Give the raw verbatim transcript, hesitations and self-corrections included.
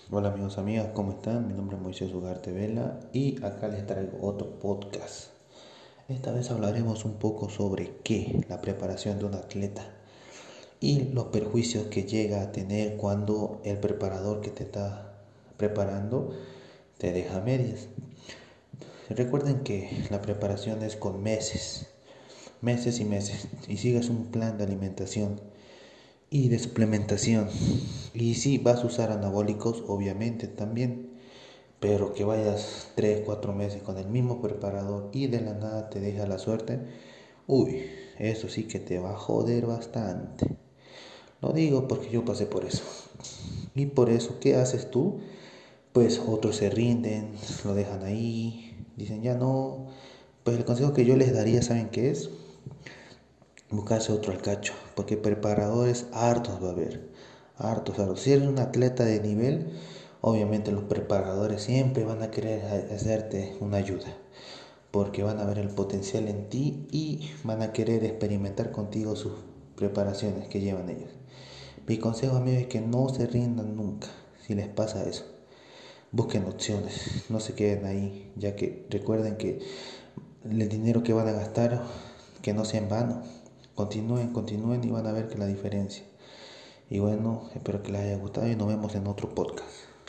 Hola amigos, amigas, ¿cómo están? Mi nombre es Moisés Ugarte Vela y acá les traigo otro podcast. Esta vez hablaremos un poco sobre qué, la preparación de un atleta y los perjuicios que llega a tener cuando el preparador que te está preparando te deja a medias. Recuerden que la preparación es con meses, meses y meses, y sigas un plan de alimentación y de suplementación. Y si vas a usar anabólicos, obviamente también. Pero que vayas tres cuatro meses con el mismo preparador y de la nada te deja la suerte, uy, eso sí que te va a joder bastante. Lo digo porque yo pasé por eso. Y por eso, ¿qué haces tú? Pues otros se rinden, lo dejan ahí, dicen ya no. Pues el consejo que yo les daría, ¿saben qué es? Buscarse otro alcacho, porque preparadores hartos va a haber, hartos, hartos. Si eres un atleta de nivel, obviamente los preparadores siempre van a querer hacerte una ayuda, porque van a ver el potencial en ti y van a querer experimentar contigo sus preparaciones que llevan ellos. Mi consejo, amigos, es que no se rindan nunca si les pasa eso. Busquen opciones, no se queden ahí, ya que recuerden que el dinero que van a gastar, que no sea en vano. Continúen, continúen y van a ver que la diferencia. Y bueno, espero que les haya gustado y nos vemos en otro podcast.